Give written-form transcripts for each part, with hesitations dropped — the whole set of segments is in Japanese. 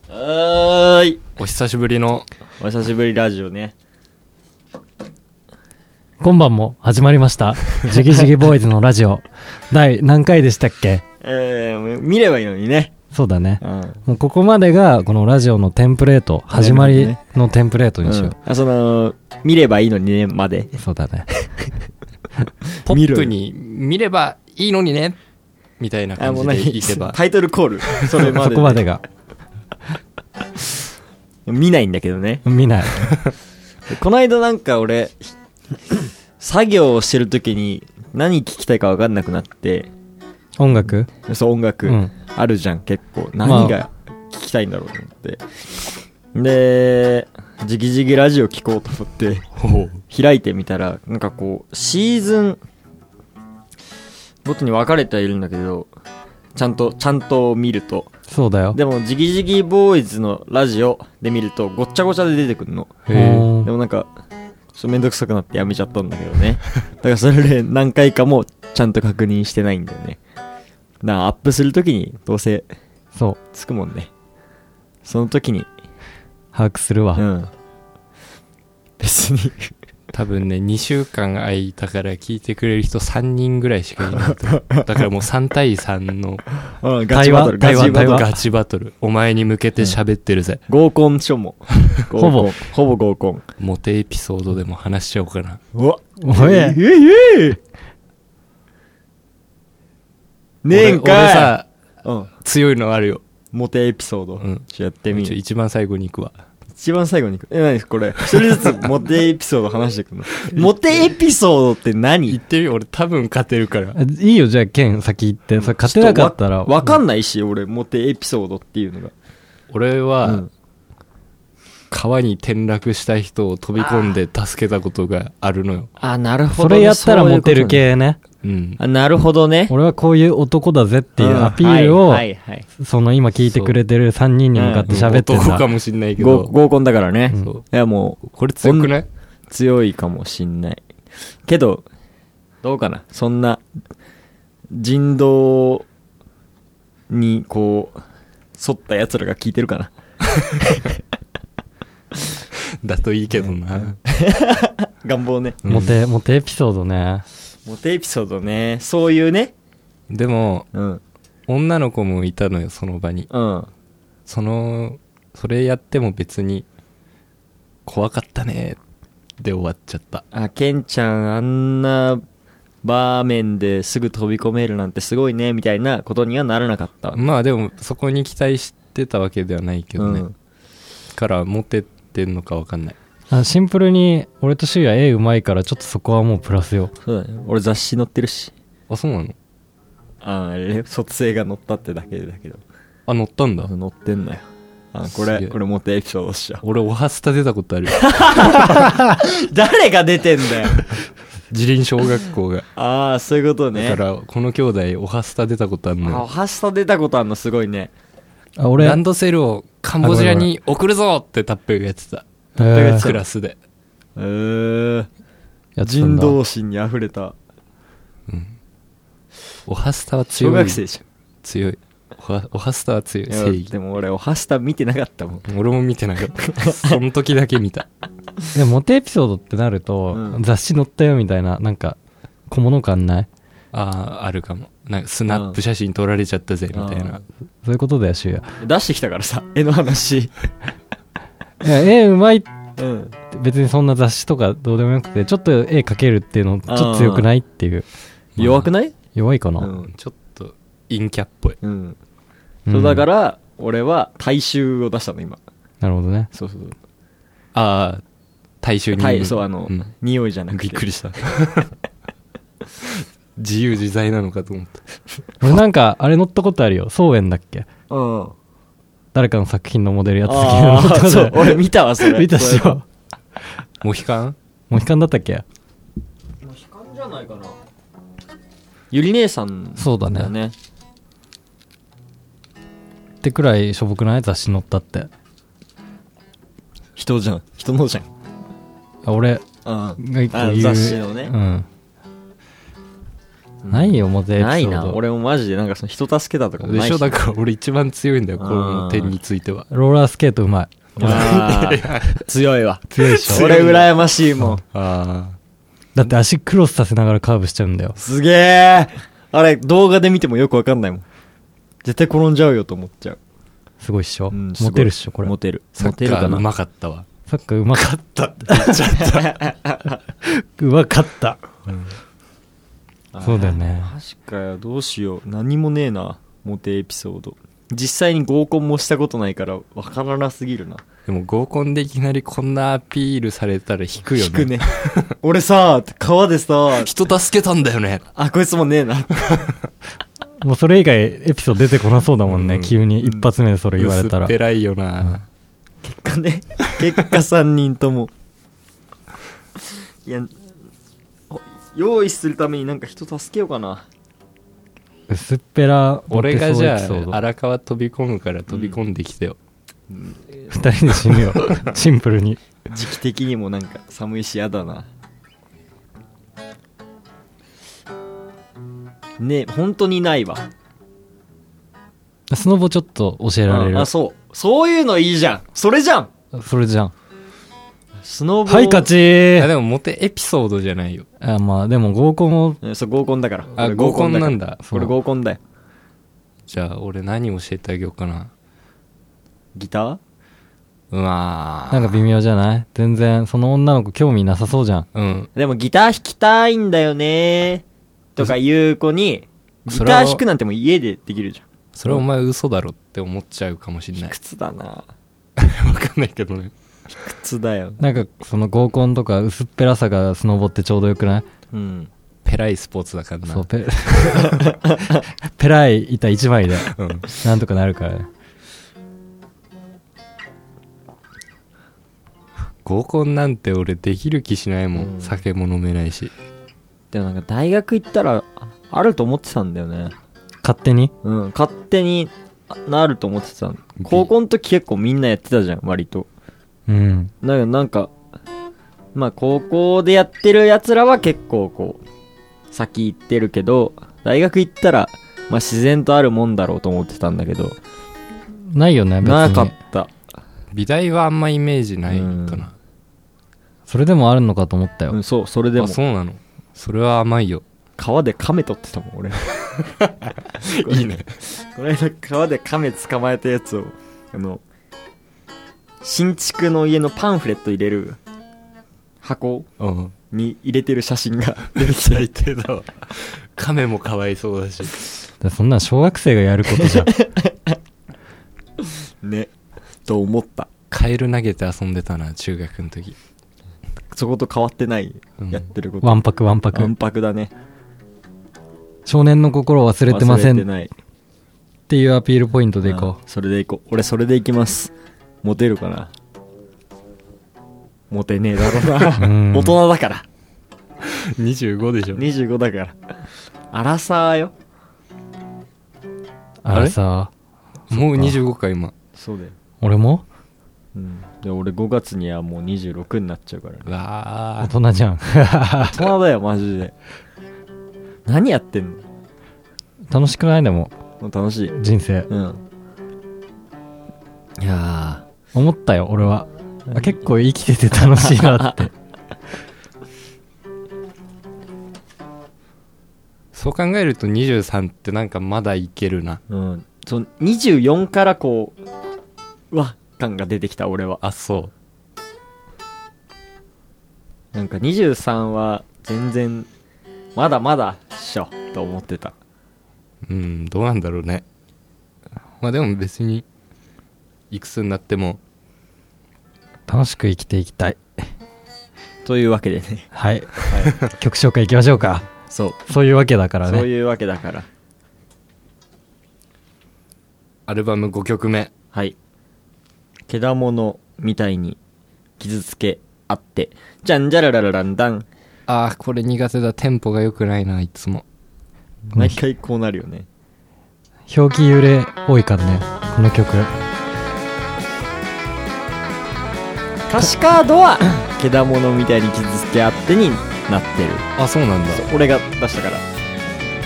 はーい。 お久しぶりのお久しぶりラジオね。 今晩も始まりましたジギジギボーイズのラジオ第何回でしたっけ？ 見ればいいのにね。 そうだね、 うん、 もうここまでがこのラジオのテンプレート、始まりのテンプレートにしよう、 見ればいいのにねまで。 そうだねポップに見ればいいのにねみたいな感じでいけばタイトルコールそれまで、 そこまでが見ないんだけどね。 見ないこの間なんか俺作業をしてる時に何聞きたいか分かんなくなって、 音楽、 そう音楽、あるじゃん結構。何が聞きたいんだろうと思って、でジギジギラジオ聞こうと思って開いてみたら、なんかこうシーズンごとに分かれてはいるんだけど、ちゃんと見るとそうだよ。 でもジギジギボーイズのラジオで見るとごっちゃごちゃで出てくるの。 へー。 でもなんかちょっとめんどくさくなってやめちゃったんだけどね。だからそれで何回かもちゃんと確認してないんだよね。だからアップするときにどうせそうつくもんね。その時に把握するわ、 別に多分ね2週間空いたから聞いてくれる人3人ぐらいしかいないとだからもう3対3のガチバトルガチバトル、お前に向けて喋ってるぜ、 合コン書もほぼ合コン。 モテエピソードでも話しちゃおうかな。 うわおいねえんかい。 俺さ、 うん強いのあるよ。 モテエピソード、やってみる。 一番最後に行くわ。 一番最後に行く。何これ一人ずつモテエピソード話していくのモテエピソードって何？ 言ってみよ。俺多分勝てるから。 いいよ、じゃあケン先行って。それ勝てなかったらわかんないし、俺モテエピソードっていうのが。 俺は、川に転落した人を飛び込んで助けたことがあるのよ。 あ、なるほど、 それやったらモテる系ね。 あ、なるほどね。 俺はこういう男だぜっていうアピールを、その今聞いてくれてる3人に向かって喋ってるんだ。 男かもしんないけど。 合コンだからね。いやもう、 これ強くない？ 強いかもしんない。けど、どうかな。そんな、人道にこう、沿った奴らが聞いてるかな。 だといいけどな。 願望ね。 モテエピソードね。 モテエピソードね。そういうね。 でも、女の子もいたのよ、その場に。それやっても別に、怖かったねで終わっちゃった。 あ、ケンちゃんあんな場面ですぐ飛び込めるなんてすごいねみたいなことにはならなかった。 まあでもそこに期待してたわけではないけどね。からモテてんのかわかんない。 シンプルに俺とシュウヤ絵うまいからちょっとそこはもうプラスよ。 そうだね。俺雑誌載ってるし。 あ、そうなの？ あれ卒生が載ったってだけだけど。 あ、載ったんだ。 載ってんのよ。これモテエピソードっしょ。 俺オハスタ出たことあるよ。 誰が出てんだよ。 自林小学校が。 ああ、そういうことね。 だからこの兄弟オハスタ出たことあるのよ。 オハスタ出たことあるのすごいね。 俺ランドセルをカンボジアに送るぞってタッペがやってた。クラスで。 人道心にあふれた。 オハスタは強い。 小学生じゃん。 強い。オハスタは強い。正義。 でも俺オハスタ見てなかったもん。 俺も見てなかった。その時だけ見た。 でもモテエピソードってなると、雑誌載ったよみたいな、なんか小物感ない？ あるかも。なんかスナップ写真撮られちゃったぜみたいな。 そういうことだよ、シュウヤ。 出してきたからさ、絵の話。 いや、絵うまいって別にそんな雑誌とかどうでもよくて、ちょっと絵描けるっていうのちょっと強くないっていう。 弱くない？ 弱いかな。 ちょっと陰キャっぽい。 そうだから俺は大衆を出したの今。 なるほどね。 そう。 大衆に。 そう匂いじゃなくて。 びっくりした。自由自在なのかと思った。 俺なんかあれ乗ったことあるよ。宗園だっけ？誰かの作品のモデルやった時の乗ったことある。 俺見たわそれ。 見たっしょ。 モヒカンだったっけ？ モヒカンじゃないかな。ゆり姉さん。 そうだね。ってくらいしょぼくない？雑誌載ったって。 人のじゃん。 俺が一個言う。 雑誌のね。 ないよモテエピソード。 ないな。俺もマジでなんかその人助けたとかもないし。 でしょ、だから俺一番強いんだよ、この点については。 ローラースケートうまい。 強いわ。 強いでしょ。 俺羨ましいもん。 だって足クロスさせながらカーブしちゃうんだよ。 すげえ。あれ動画で見てもよくわかんないもん。絶対転んじゃうよと思っちゃう。 すごいっしょ、 モテるっしょこれ。 モテる。 サッカーうまかったわ。 サッカーうまかったって言っちゃったうまかった、そうだよね。 マジかよ、どうしよう。何もねえな、モテエピソード。実際に合コンもしたことないからわからなすぎるな。 でも合コンでいきなりこんなアピールされたら引くよね。 引くね。俺さ、川でさ、 人助けたんだよね。 あ、こいつもねえな。 もうそれ以外エピソード出てこなそうだもんね、急に一発目でそれ言われたら。 薄っぺらいよな、 結果3人とも。いや、用意するためになんか人助けようかな。 薄っぺら。 俺がじゃあ荒川飛び込むから飛び込んできてよ。 二人で死ぬよシンプルに。 時期的にもなんか寒いしやだな。ね、本当にないわ。 スノボちょっと教えられる。 そういうのいいじゃん。それじゃん。 それじゃん。 スノボ。 はい、勝ちー。 でもモテエピソードじゃないよ。 まあでも合コンも。 そう、合コンだから。 合コンなんだ。 これ合コンだよ。 じゃあ俺何教えてあげようかな。 ギター？ うわー、 なんか微妙じゃない？全然その女の子興味なさそうじゃん。 うん。 でもギター弾きたいんだよねとか言う子にギター弾くなんてもう家でできるじゃん。 それはお前嘘だろって思っちゃうかもしれない。 卑屈だな。 わかんないけどね。 卑屈だよ。 なんかその合コンとか薄っぺらさがスノボってちょうどよくない？ うん。 ペライスポーツだからな。 そう、ペライ板一枚でなんとかなるからね。 合コンなんて俺できる気しないもん、酒も飲めないし。 でもなんか大学行ったらあると思ってたんだよね。 勝手に？ 勝手になると思ってた。高校の時結構みんなやってたじゃん、割と。なんかまあ高校でやってるやつらは結構こう先行ってるけど、大学行ったらまあ自然とあるもんだろうと思ってたんだけど、 ないよね。別になかった。 美大はあんまイメージないかな。 それでもあるのかと思ったよ。 そう、それでも。 そうなの。それは甘いよ。 川で亀取ってたもん俺。 いいね。 この間川で亀捕まえたやつを新築の家のパンフレット入れる箱に入れてる写真が出てきて、 亀もかわいそうだし。 そんな小学生がやることじゃん。 ね、と思った。 カエル投げて遊んでたな、中学の時。 そこと変わってない、やってること。 わんぱくわんぱく。 わんぱくだね。 少年の心を忘れてません。 忘れてないっていうアピールポイントでいこう。 それでいこう。俺それでいきます。モテるかな。モテねえだろうな。大人だから。 25でしょ。 25だから。アラサーよ。 アラサー。もう25か今。 そうだよ。 俺も？ で俺5月にはもう26になっちゃうからね。 うわ大人じゃん。 大人だよマジで。何やってんの？ 楽しくない？でも楽しい人生。 いや思ったよ俺は。結構生きてて楽しいなって。 そう考えると23ってなんかまだいけるな。 その24からこう感が出てきた俺は。 あ、そう。 なんか23は全然まだまだっしょと思ってた。 どうなんだろうね。まあでも別にいくつになっても楽しく生きていきたいというわけでね。 はい、曲紹介いきましょうか。そういうわけだからね。 そういうわけだから。 アルバム5曲目。 はい。けだものみたいに傷つけあってじゃんじゃららららんだん。 これ苦手だ。テンポが良くないな、いつも。 毎回こうなるよね。 表記揺れ多いからねこの曲。 歌詞カードはけだものみたいに傷つけあってになってる。 そうなんだ。 俺が出したから。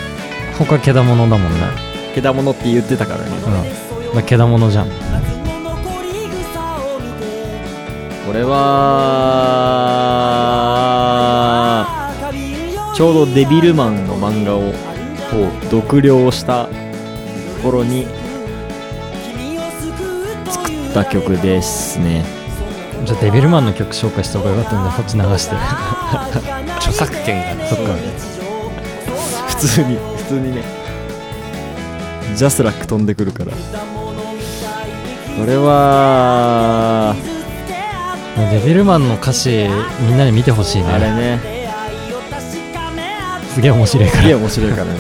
他けだものだもんね。 けだものって言ってたからね。 うん、けだものじゃん。 これはちょうどデビルマンの漫画を読了した頃に作った曲ですね。 じゃあデビルマンの曲紹介した方がよかったんだ。そっち流して著作権が。 そっか。 普通にね、ジャスラック飛んでくるから。これはデビルマンの歌詞みんなに見てほしいね。 あれね、 すげえ面白いから。 すげえ面白いからね。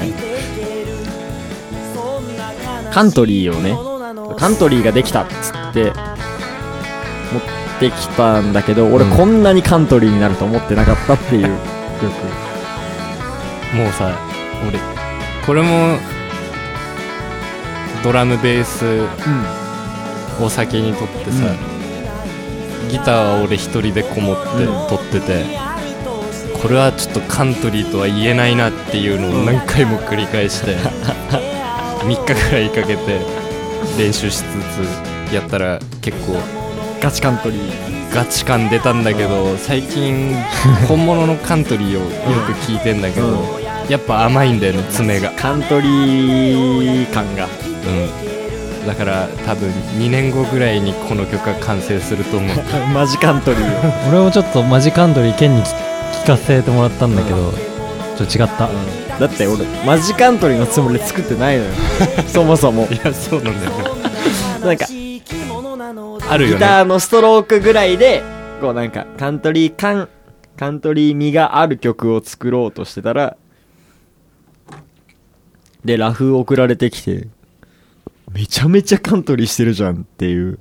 カントリーをね、カントリーができたっつって持ってきたんだけど、俺こんなにカントリーになると思ってなかったっていう曲。 もうさ、俺これもドラムベースを先に取ってさ、ギターは俺一人でこもって撮ってて、これはちょっとカントリーとは言えないなっていうのを何回も繰り返して3日くらいかけて練習しつつやったら結構ガチカントリー、 ガチ感出たんだけど、最近本物のカントリーをよく聞いてんだけど、やっぱ甘いんだよね、爪が。 カントリー感が。 だから多分2年後ぐらいにこの曲が完成すると思う。 マジカントリー。 俺もちょっとマジカントリーケンに聞かせてもらったんだけど、ちょっと違った、 だって俺マジカントリーのつもりで作ってないのよそもそも。 いや、そうなんだよね。 なんかあるよね、 ギターのストロークぐらいでこうなんかカントリー味がある曲を作ろうとしてたら、でラフ送られてきて、めちゃめちゃカントリーしてるじゃんっていう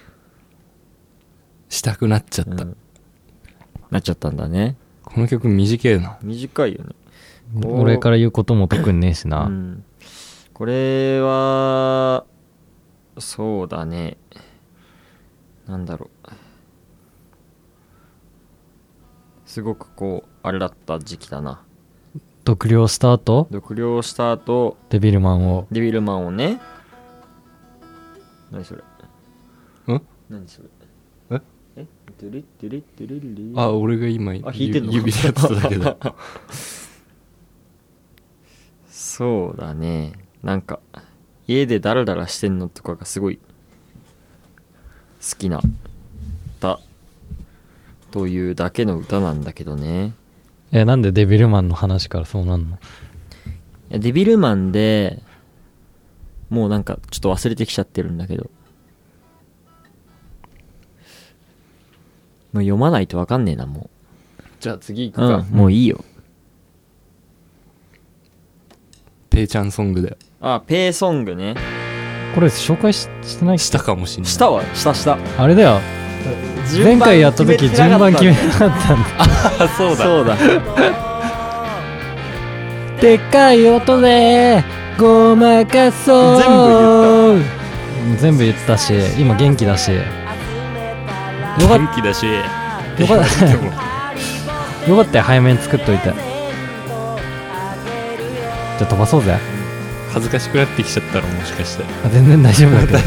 したくなっちゃった、 なっちゃったんだね。 この曲短いな。 短いよね。 俺から言うことも特にねえしな、 これはそうだね、なんだろう、すごくこうあれだった時期だな。 読了した後デビルマンをね。何それ、何それ、ドゥルドゥルドゥルルル。 あ、俺が今弾いてんの指でやってただけだそうだね、なんか家でダラダラしてんのとかがすごい好きな歌というだけの歌なんだけどね。 なんでデビルマンの話からそうなんの？ いや、デビルマンでもうなんかちょっと忘れてきちゃってるんだけど、もう読まないと分かんねえな、もう。 じゃあ次行くか、 もういいよ。 ペイちゃんソングだよ。 あ、ペイソングね。 これ紹介してないっけ？ したかもしんない。 したあれだよ、前回やった時順番決めなかったんだあ、そうだでっかい音でごまかそう。全部言ったし、今元気だし、よか元気だし、 よかったよ、早めに作っといて。じゃあ飛ばそうぜ。 恥ずかしくなってきちゃったら、もしかして。 全然大丈夫だけど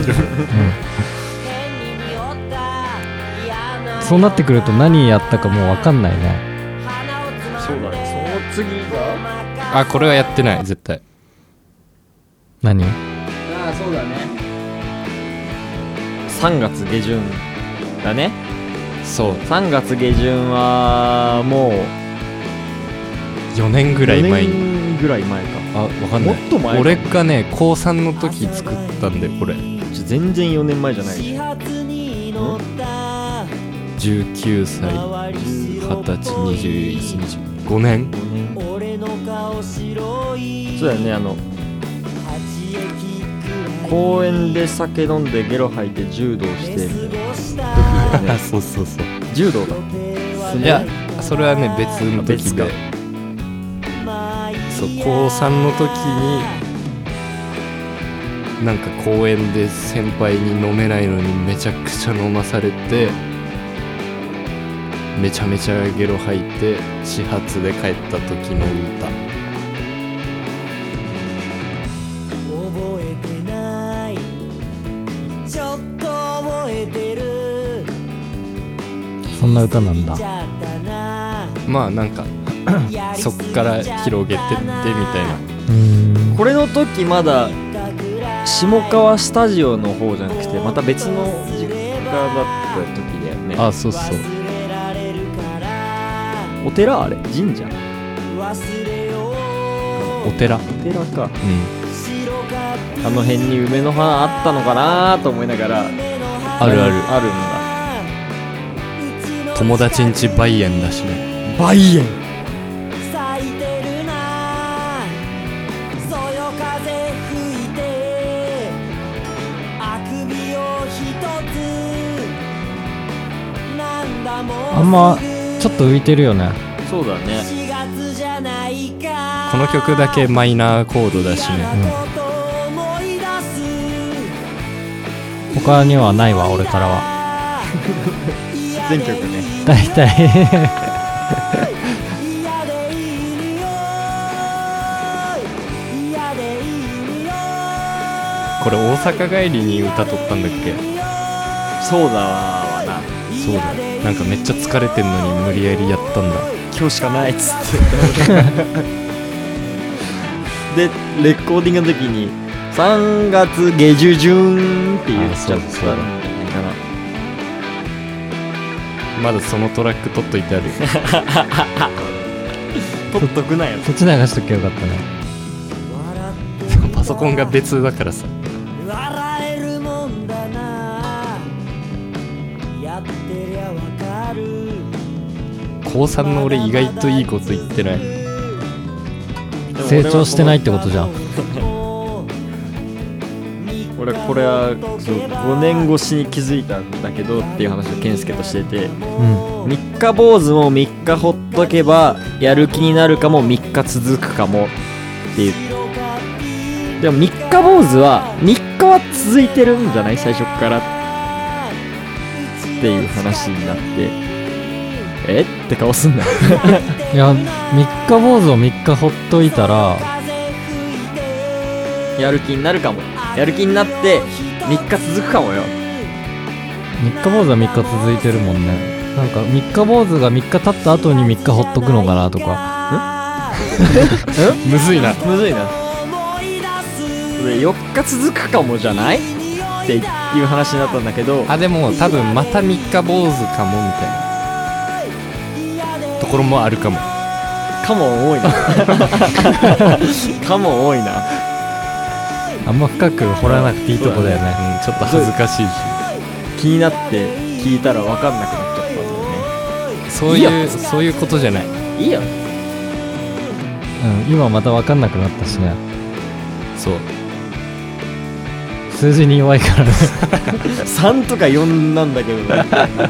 そうなってくると何やったかもう分かんないね。 そうだね、その次が、 あ、これはやってない、絶対。 何？ ああ、そうだね、3月下旬だね。 そう、 3月下旬はもう 4年ぐらい前に。 4年ぐらい前か。 あ、わかんない。 もっと前か。 俺がね、高3の時作ったんで、これ。 全然4年前じゃないでしょ。 19歳、20歳、21、25年。 そうだよね、公園で酒飲んでゲロ吐いて柔道してみたいな時だよね。 そうそうそう。 柔道だ。 いや、それはね、別の時で。そう、高3の時になんか公園で先輩に飲めないのにめちゃくちゃ飲まされて、めちゃめちゃゲロ吐いて始発で帰った時の歌。 そんな歌なんだ。 まあなんかそっから広げてってみたいな。 これの時まだ下川スタジオの方じゃなくてまた別の実家だった時だよね。 あ、そうそう。 お寺、あれ神社、 お寺か、あの辺に梅の花あったのかなと思いながら。 あるあるあるんだ。 友達んち梅園だしね。 梅園あんまちょっと浮いてるよね。 そうだね。 この曲だけマイナーコードだしね、 他にはないわ俺からは。 全曲ね。 大体これ大阪帰りに歌撮ったんだっけ。 そうだわな。 そうだ、なんかめっちゃ疲れてんのに無理やりやったんだ。 今日しかないっつってでレコーディングの時に3月下旬って言っちゃったんじゃないかな。 まだそのトラック取っといてある取っとくなよ。 そっち流しときゃよかったね。 パソコンが別だからさ。高3の俺意外といいこと言ってない。 成長してないってことじゃん。 俺これはそう5年越しに気づいたんだけどっていう話を健介としてて、三日坊主も3日ほっとけばやる気になるかも3日続くかもっていう。でも三日坊主は3日は続いてるんじゃない最初からっていう話になって、って顔すんな。 いや、三日坊主を3日ほっといたらやる気になるかも。やる気になって3日続くかもよ。 三日坊主は3日続いてるもんね。なんか三日坊主が3日経った後に3日ほっとくのかなとか。 むずいな。 むずいな。4日続くかもじゃないっていう話になったんだけど、 あ、でも多分また三日坊主かもみたいなところもあるかも。 かも多いなかも多いな。 あんま深く掘らなくていいとこだよね。 ちょっと恥ずかしいし、 気になって聞いたら分かんなくなっちゃったんだよね。 そういうことじゃない。 いいよ。 今また分かんなくなったしね。 そう、 数字に弱いからね 3とか4なんだけどね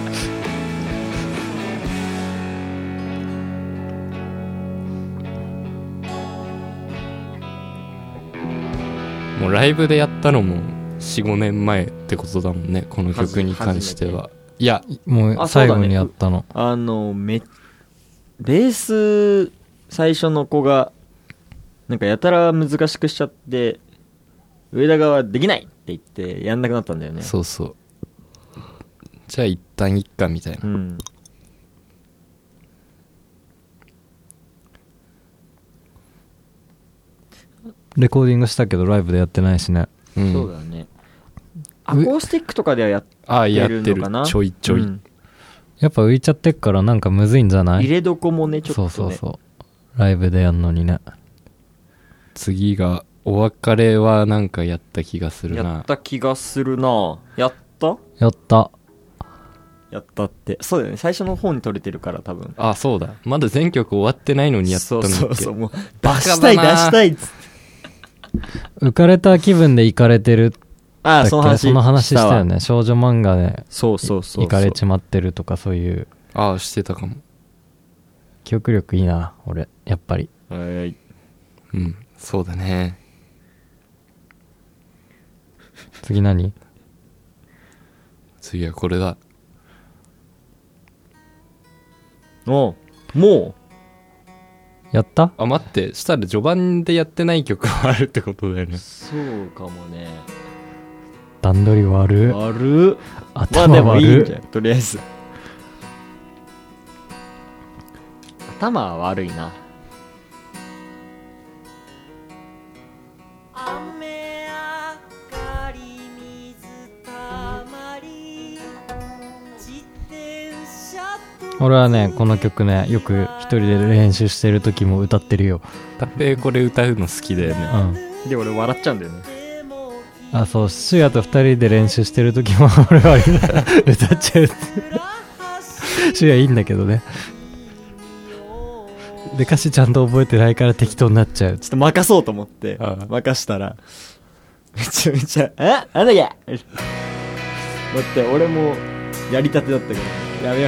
もうライブでやったのも 4,5 年前ってことだもんね、この曲に関しては。いや、 もう最後にやったの。 ベース最初の子がなんかやたら難しくしちゃって上田ができないって言ってやんなくなったんだよね。 そうそう。じゃあ一旦いっかみたいな。 レコーディングしたけどライブでやってないしね。 そうだね。アコースティックとかではやってるのかな。 ちょいちょい、 やっぱ浮いちゃってっからなんかむずいんじゃない？ 入れどこもね、ちょっとね。 そうライブでやんのにね。 次がお別れはなんかやった気がするな。 やった気がするな。やったってそうだよね。最初の方に撮れてるから多分。 あ、そうだ、まだ全曲終わってないのにやったんだっけ。 そうもう出したいっつって浮かれた気分でイカれてる。その話したよね。少女漫画でイカれちまってるとかそういう。 ああ、してたかも。 記憶力いいな俺やっぱり。 そうだね。 次何？ 次はこれだ。 もうやった？ あ、待って、したら序盤でやってない曲はあるってことだよね。 そうかもね。 段取り悪い。 悪っ。まあ頭でもいいん悪い。 じゃん、とりあえず。頭は悪いな。 俺はねこの曲ねよく一人で練習してる時も歌ってるよ。 タッペイこれ歌うの好きだよね。 で、俺笑っちゃうんだよね。 あ、そう、シュヤと二人で練習してる時も俺は歌っちゃう。シュヤいいんだけどね。で歌詞ちゃんと覚えてないから適当になっちゃう。 ちょっと任そうと思って任したらめちゃめちゃなんだっけだって俺もやりたてだったからやめよう。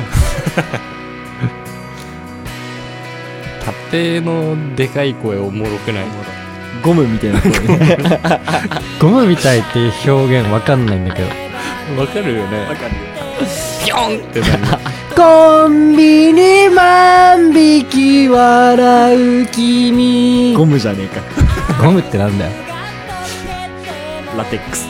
タッペイのでかい声おもろくない？ ゴムみたいな声ね。 ゴムみたいっていう表現わかんないんだけど。 わかるよね。 わかるよ。 ピョンってなる。 コンビニ万引き笑う君。 ゴムじゃねえか。 ゴムってなんだよ。 ラテックス。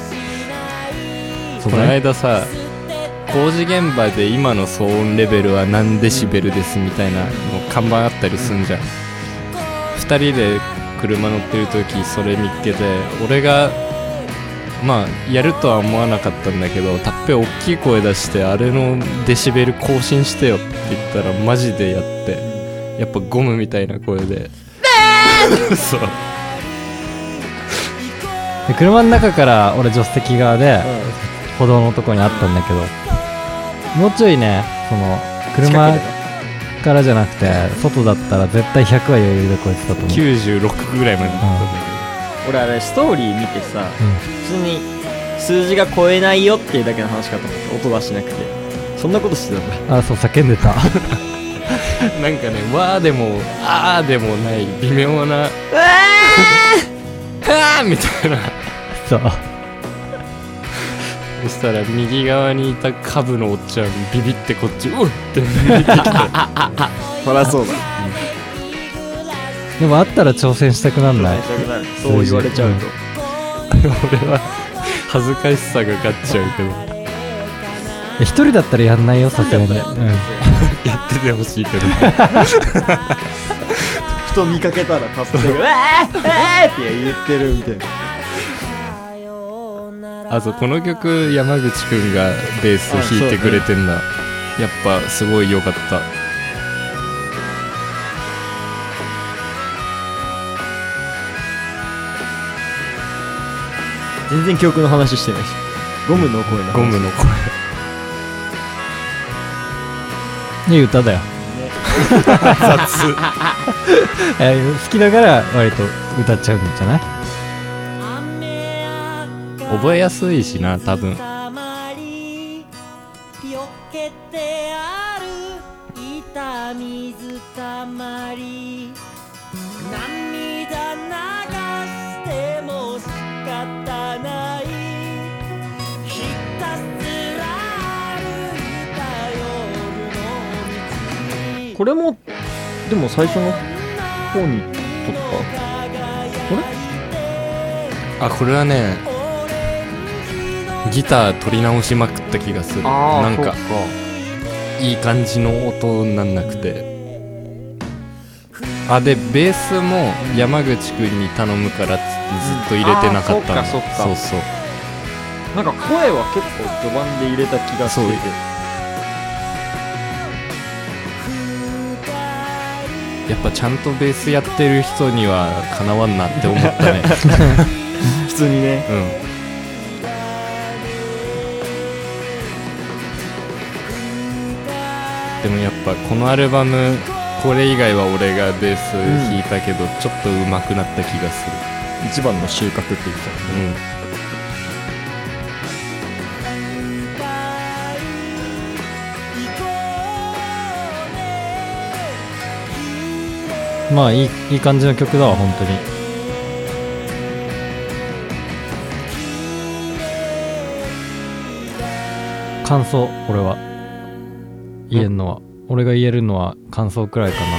この間さ、工事現場で今の騒音レベルは何デシベルですみたいなの看板あったりすんじゃん。2人で車乗ってる時それ見っけて、俺がまあやるとは思わなかったんだけど、タッペ大きい声出してあれのデシベル更新してよって言ったらマジでやって、やっぱゴムみたいな声でそうで車の中から俺助手席側で歩道のとこにあったんだけど、もうちょいねその車からじゃなくて外だったら絶対100は余裕で超えてたと思う。 96ぐらいまでだったんだ俺あれストーリー見てさ、普通に数字が超えないよっていうだけの話かと思って音出しなくて、そんなことしてたんだ。 あ、そう叫んでた。 けどなんかね、わーでもあーでもない微妙なあーみたいな。 そうそしたら右側にいたカブのおっちゃんビビってこっちうっってビビってきてそりゃそうだ。 でもあったら挑戦したくなんない。 そう言われちゃうと。 俺は恥ずかしさが勝っちゃうけど一人だったらやんないよさすがに。 やっててほしいけどふと見かけたらタッペがうわーって言ってるみたいな。 あとこの曲山口くんがベース弾いてくれてんだ。やっぱすごい良かった。 全然曲の話してないし、ゴムの声の話。 ゴムの声いい歌だよ。 雑好きだから割と歌っちゃうんじゃない？ 覚えやすいしな、多分。 これもでも最初の方に撮った。 あ、これはねギター取り直しまくった気がする。なんかいい感じの音になんなくて。あ、でベースも山口くんに頼むからっつってずっと入れてなかったの。 そっかそうそう。 なんか声は結構序盤で入れた気がしてて、 やっぱちゃんとベースやってる人にはかなわんなって思ったね普通にね。 でもやっぱこのアルバムこれ以外は俺がベース弾いたけど、ちょっと上手くなった気がする。 一番の収穫って言ってた。 まあいい感じの曲だわ本当に。感想俺は言えんのは、俺が言えるのは感想くらいかな。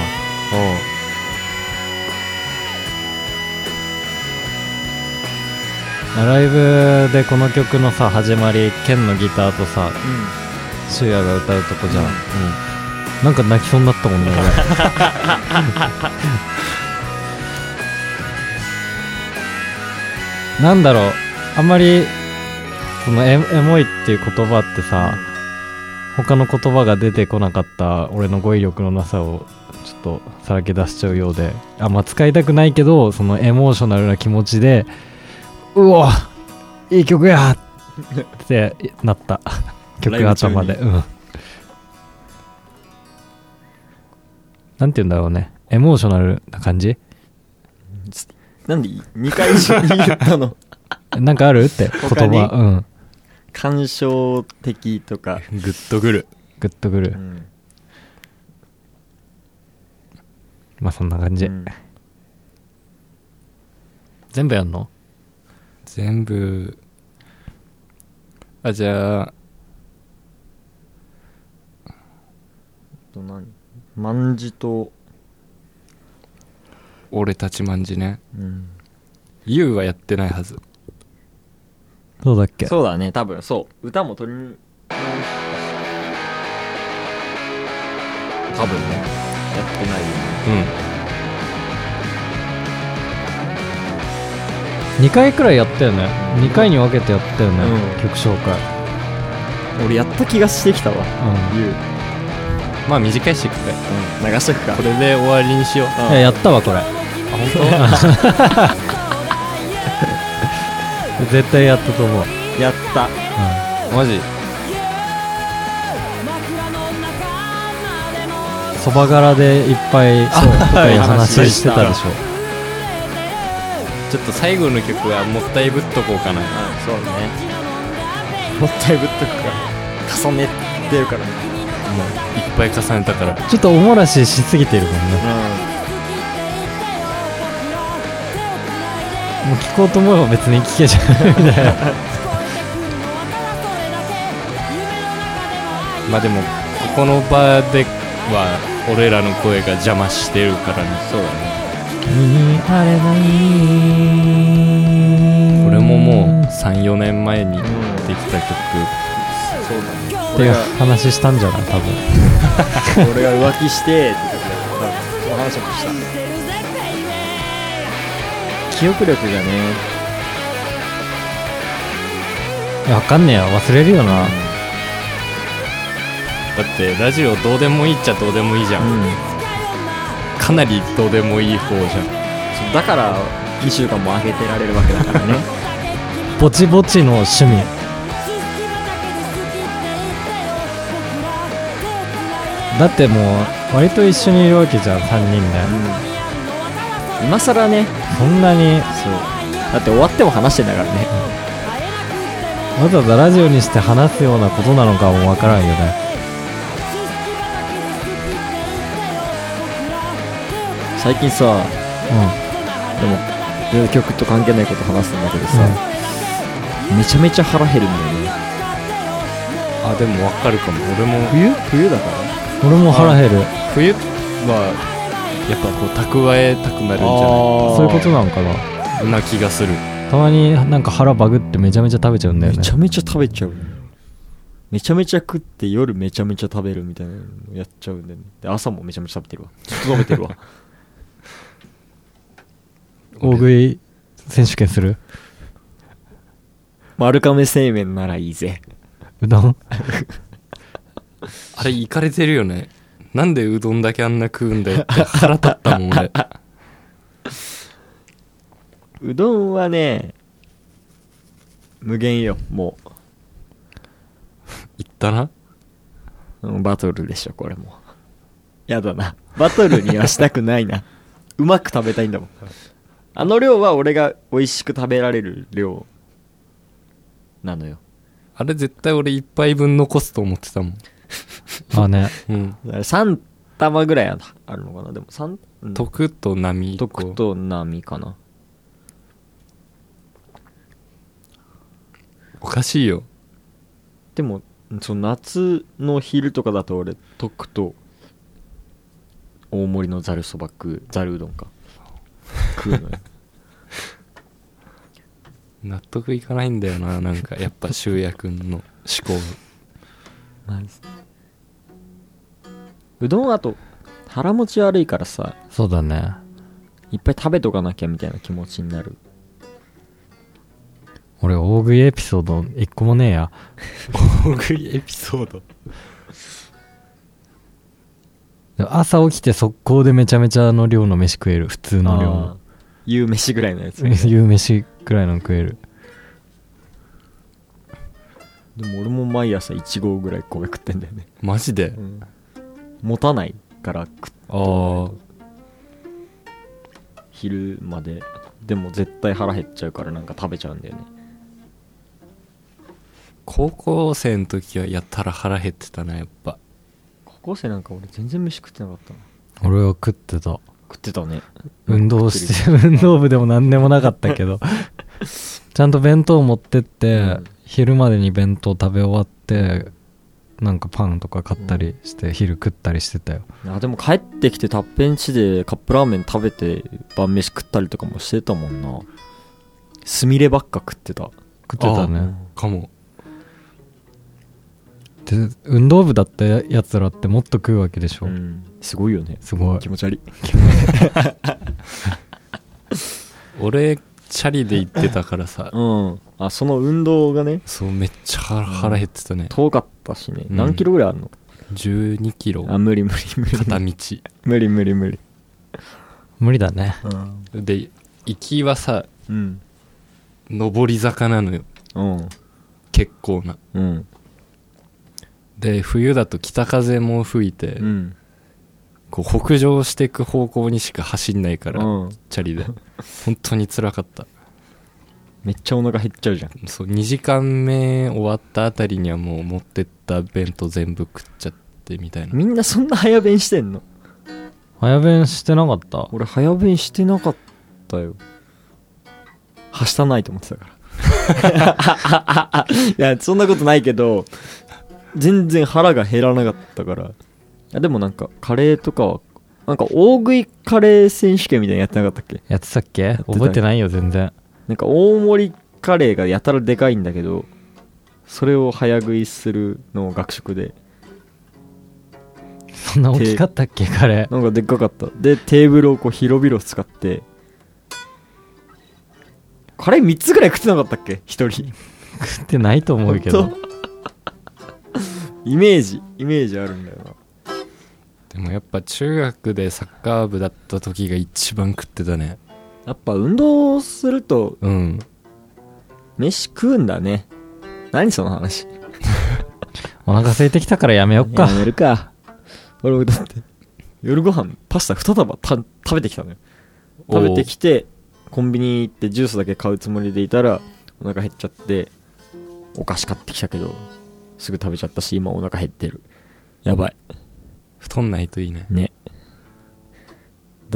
ライブでこの曲のさ始まり、ケンのギターとさシュウヤが歌うとこじゃん、なんか泣きそうになったもんね俺なんだろう、あんまりそのエモいっていう言葉ってさ、他の言葉が出てこなかった俺の語彙力のなさをちょっとさらけ出しちゃうようで、あんま使いたくないけど、そのエモーショナルな気持ちで、うわいい曲やってなった曲頭で、なんて言うんだろうね、エモーショナルな感じ。 なんで2回一緒に言ったのなんかあるって言葉。 感傷的とかグッとくる、 グッとくる、まあそんな感じ、全部やんの？ 全部。じゃあ何？万字と俺たち万字ね。ユウはやってないはず。 そうだっけ？ そうだね、多分そう歌も取り直した多分ね、やってないよね。2回くらいやったよね。2回に分けてやったよね、曲紹介。 俺やった気がしてきたわ。言う。 まあ短いしこれ、 流しとくか。 これで終わりにしよう。 やったわこれ。 本当？絶対やったと思う。 やった、 マジ。 そば柄でいっぱい話してたでしょ。 ちょっと最後の曲はもったいぶっとこうかな。 そうね、もったいぶっとくから重ねてるからね。 もういっぱい重ねたから。 ちょっとおもらししすぎてるもんね。もう聞こうと思えば別に聞けちゃうみたいなまあでもここの場では俺らの声が邪魔してるからね。 そうだね。 君あればいい。 これももう 3,4 年前にできた曲。 そうだね。 っていう話したんじゃない多分俺が浮気してって時だからその話もした。記憶力がね、 いやわかんねえよ、忘れるよな。 だってラジオどうでもいいっちゃどうでもいいじゃん、かなりどうでもいい方じゃん。 そうだから2週間も空けてられるわけだからねぼちぼちの趣味。だってもう割と一緒にいるわけじゃん、3人ね、 今更ね。 そんなにそうだって終わっても話してんだからね、 わざわざラジオにして話すようなことなのかもわからんよね。 最近さ、でも曲と関係ないこと話すんだけどさ、めちゃめちゃ腹減るんだよね。 あ、でも分かるかも。俺も冬だから。 俺も腹減る。 冬はやっぱこう蓄えたくなるんじゃない？ そういうことなんかな。 な気がする。 たまになんか腹バグってめちゃめちゃ食べちゃうんだよね。 めちゃめちゃ食べちゃう。めちゃめちゃ食って夜めちゃめちゃ食べるみたいなのやっちゃうんだよね。で朝もめちゃめちゃ食べてるわ。ずっと食べてるわ大食い選手権する？ 丸亀製麺ならいいぜ。 うどんあれイカれてるよね。なんでうどんだけあんな食うんだよって腹立ったもん俺うどんはね無限よ。もう言ったな。 バトルでしょこれも。やだな、バトルにはしたくないなうまく食べたいんだもん。あの量は俺が美味しく食べられる量なのよ。 あれ絶対俺一杯分残すと思ってたもんあね、 3玉ぐらいあるのかな。でも3、 徳と波、 徳と波かな。 おかしいよ。 でもその夏の昼とかだと俺徳と大盛りのざるそばざるうどんか食うのよ納得いかないんだよな、なんかやっぱ修也くんの思考。 うどんあと腹持ち悪いからさ、 そうだね。 いっぱい食べとかなきゃみたいな気持ちになる。 俺大食いエピソード一個もねえや。 大食いエピソード。 でも朝起きて速攻でめちゃめちゃの量の飯食える。普通の量の夕飯ぐらいのやつ、 夕飯くらいの食える。 でも俺も毎朝1合ぐらい米食ってんだよね、 マジで。 持たないから食っああ、 昼まで。でも絶対腹減っちゃうからなんか食べちゃうんだよね。 高校生の時はやったら腹減ってたな、やっぱ。 高校生なんか俺全然飯食ってなかったな。 俺は食ってた。 食ってたね。 運動して運動部でも何でもなかったけどちゃんと弁当持ってって、昼までに弁当食べ終わってなんかパンとか買ったりして昼食ったりしてたよ。 あ、でも帰ってきてタッペンチでカップラーメン食べて晩飯食ったりとかもしてたもんな。すみればっか食ってた。 食ってたね。 かも。 で運動部だったやつらってもっと食うわけでしょ、 すごいよね。 すごい気持ち悪い俺チャリで行ってたからさ、 あ、その運動がね、 そうめっちゃ腹減ってたね。 遠かったしね。何キロぐらいあるの ？12キロ。 あ、無理無理無理。 片道無理無理無理。 無理だね。 で行きはさ、 上り坂なのよ、結構な。で冬だと北風も吹いて、こう北上していく方向にしか走んないから、チャリで本当に辛かった。 めっちゃお腹減っちゃうじゃん。 そう2時間目終わったあたりにはもう持ってった弁当全部食っちゃってみたいな。 みんなそんな早弁してんの？ 早弁してなかった？ 俺早弁してなかったよ。はしたないと思ってたからいやそんなことないけど全然腹が減らなかったから。でもなんかカレーとかはなんか大食いカレー選手権みたいなのやってなかったっけ？ やってたっけ？覚えてないよ全然。 なんか大盛りカレーがやたらでかいんだけど、それを早食いするのを学食で。 そんな大きかったっけカレー？ なんかでっかかった。でテーブルをこう広々使ってカレー3つぐらい食ってなかったっけ？1人食ってないと思うけどイメージあるんだよな。 でもやっぱ中学でサッカー部だった時が一番食ってたね。 やっぱ運動すると飯食うんだね。何その話お腹空いてきたからやめよっか。 やめるか。俺もだって夜ご飯パスタ2束食べてきたのよ。食べてきてコンビニ行ってジュースだけ買うつもりでいたらお腹減っちゃってお菓子買ってきたけどすぐ食べちゃったし今お腹減ってる。やばい。 太んないといいね。 ね。だって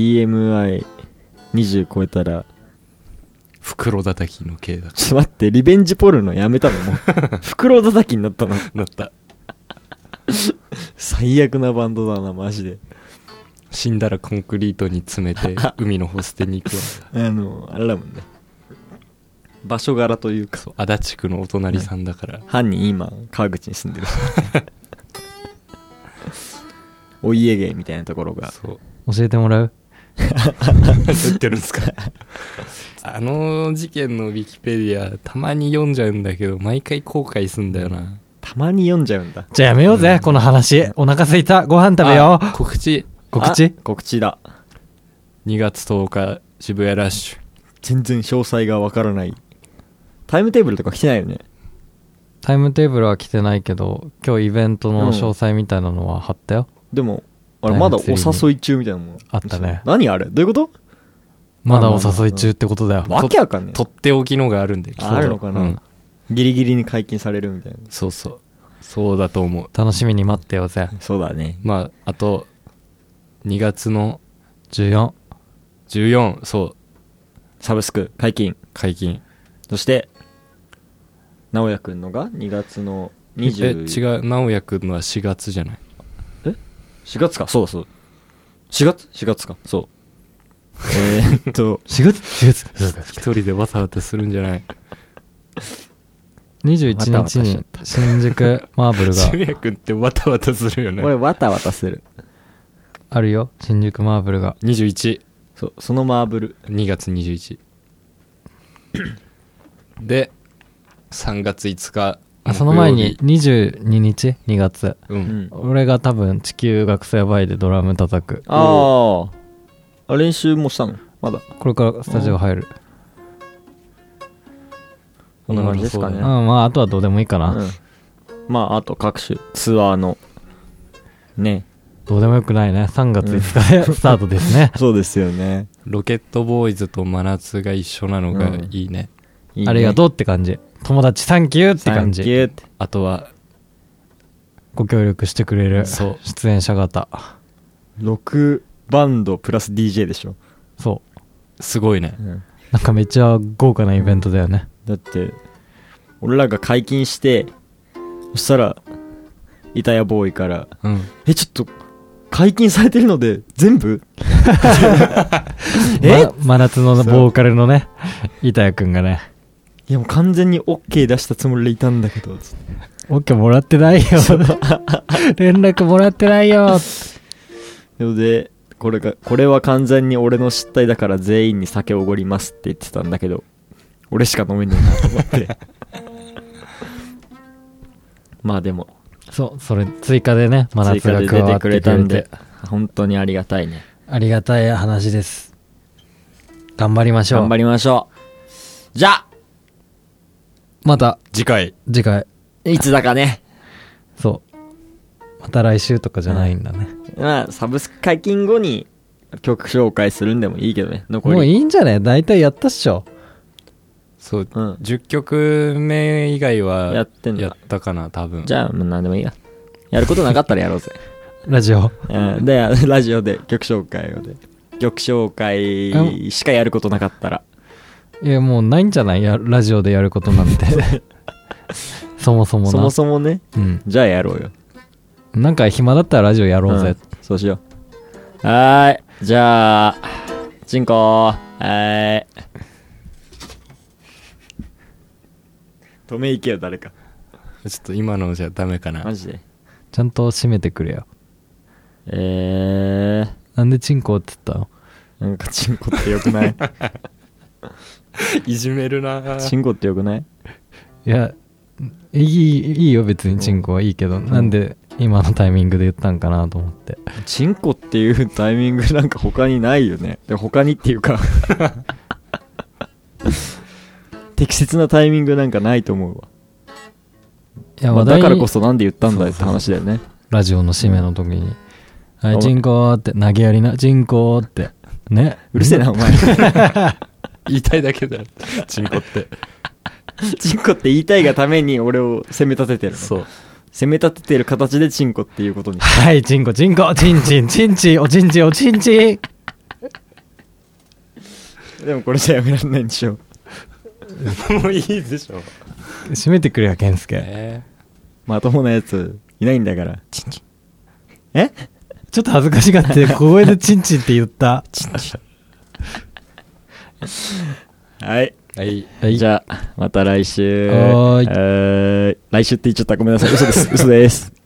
BMI20 超えたら袋叩きの系だ。 ちょっと待って、リベンジポルノやめたのもう袋叩きになったのなった最悪なバンドだなマジで。 死んだらコンクリートに詰めて海の方捨てに行くわあれだもんね、場所柄というか。 そう足立区のお隣さんだから、 犯人今川口に住んでるお家芸みたいなところが。 そう教えてもらう？ 言ってるんですかあの事件のウィキペディアたまに読んじゃうんだけど毎回後悔すんだよな。 たまに読んじゃうんだ。 じゃあやめようぜ、この話。お腹すいた。ご飯食べよう。 告知告知だ。 2月10日渋谷ラッシュ。 全然詳細がわからない。タイムテーブルとか来てないよね。 タイムテーブルは来てないけど今日イベントの詳細みたいなのは貼ったよ、 でもあれまだお誘い中みたいなもんあったね。 何あれどういうこと？ まだお誘い中ってことだよ。 わけわかんねえ。 とっておきのがあるんで。 あるのかな、ギリギリに解禁されるみたいな。 そうだと思う。 楽しみに待ってよぜ。 そうだね。 まああと2月の 14 そうサブスク解禁。そして直哉くんのが2月の20。 違う、直哉くんのは4月じゃない。 4月か。そう4月か。そう 4月一人でわたわたするんじゃない。 21日に新宿マーブルが渋谷君ってわたわたするよね。 俺わたわたする。 あるよ。新宿マーブルが 21。 そのマーブル 2月21で3月5日その前に22日2月、俺が多分地球学生バイでドラム叩く。 練習もしたの？まだこれからスタジオ入る。 こんな感じですかね。 まああとはどうでもいいかな。 まああと各種ツアーのね、 どうでもよくないね。3月5日でスタートですね。 そうですよね。 ロケットボーイズと真夏が一緒なのがいいね。 ありがとうって感じ。友達サンキューって感じ。 あとはご協力してくれる出演者方。 6バンドプラス DJ でしょ。 そうすごいね、 なんかめっちゃ豪華なイベントだよね。 だって俺らが解禁して、そしたら板谷ボーイから、ちょっと解禁されてるので全部真夏のボーカルのね板谷くんがね、 いやもう完全に OK 出したつもりでいたんだけど、 OK もらってないよ連絡もらってないよでこれは完全に俺の失態だから全員に酒をおごりますって言ってたんだけど、俺しか飲めねえなと思ってまあでもそれ追加でね、真夏が加わってくれたんで本当にありがたいね。 ありがたい話です。頑張りましょう。 頑張りましょう。じゃあまた次回いつだかね。 また来週とかじゃないんだね。 まあサブスク解禁後に曲紹介するんでもいいけどね。残りもういいんじゃね。大体やったっしょ。 そう、10曲目以外はやったかな多分。 じゃあもう何でもいいや。やることなかったらやろうぜラジオでラジオで曲紹介しかやることなかったら、 いやもうないんじゃない？ラジオでやることなんてそもそもね、じゃあやろうよ。 なんか暇だったらラジオやろうぜ、 そうしよう。はーい、じゃあチンコ止めいけよ誰か。 ちょっと今のじゃダメかな。 マジでちゃんと締めてくれよ。なんでチンコって言ったの？ なんかチンコってよくないいじめるな。 チンコってよくない？ いやいいよ別にチンコはいいけど、なんで今のタイミングで言ったんかなと思って。 チンコっていうタイミングなんか他にないよね。で他にっていうか適切なタイミングなんかないと思うわ。いや、だからこそなんで言ったんだよって話だよね。 ラジオの締めの時にはいチンコって投げやりなチンコってね。 うるせえなお前言いたいだけだよチンコってチンコって言いたいがために俺を責め立ててるの。 そう責め立ててる形でチンコっていうことに。 はいチンコチンコチンチンチンチンおちんちんおちんちんでもこれじゃやめられないんでしょもういいでしょ。 締めてくれよ健介、 まともなやついないんだから。チンチンちょっと恥ずかしがって小声でチンチンって言ったチンチンはい、 はい、 じゃあまた来週。 はーい来週って言っちゃった、ごめんなさい。嘘です